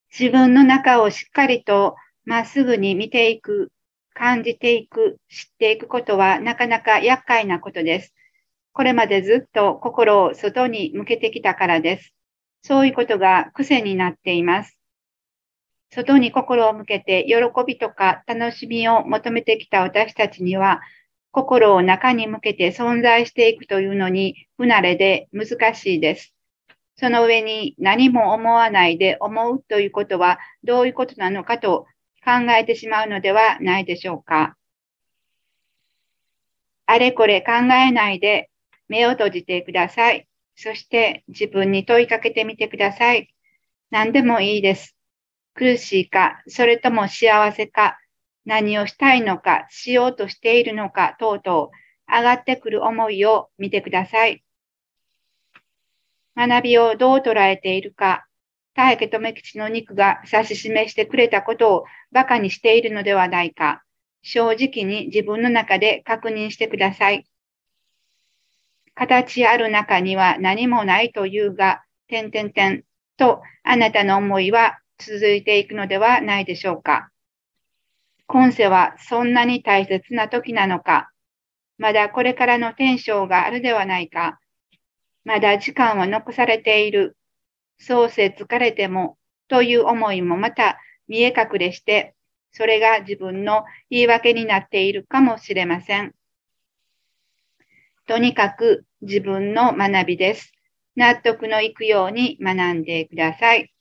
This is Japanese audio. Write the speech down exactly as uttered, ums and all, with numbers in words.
自分の中をしっかりとまっすぐに見ていく、感じていく、知っていくことはなかなか厄介なことです。これまでずっと心を外に向けてきたからです。そういうことが癖になっています。外に心を向けて喜びとか楽しみを求めてきた私たちには、心を中に向けて存在していくというのに不慣れで難しいです。その上に何も思わないで思うということはどういうことなのかと考えてしまうのではないでしょうか。あれこれ考えないで目を閉じてください。そして自分に問いかけてみてください。何でもいいです。苦しいか、それとも幸せか、何をしたいのか、しようとしているのか、等々、上がってくる思いを見てください。学びをどう捉えているか、大家留吉の肉が指し示してくれたことを馬鹿にしているのではないか、正直に自分の中で確認してください。形ある中には何もないというが、点々点とあなたの思いは続いていくのではないでしょうか。今世はそんなに大切な時なのか、まだこれからの天章があるではないか、まだ時間は残されている、そうせ疲れてもという思いもまた見え隠れして、それが自分の言い訳になっているかもしれません。とにかく自分の学びです。納得のいくように学んでください。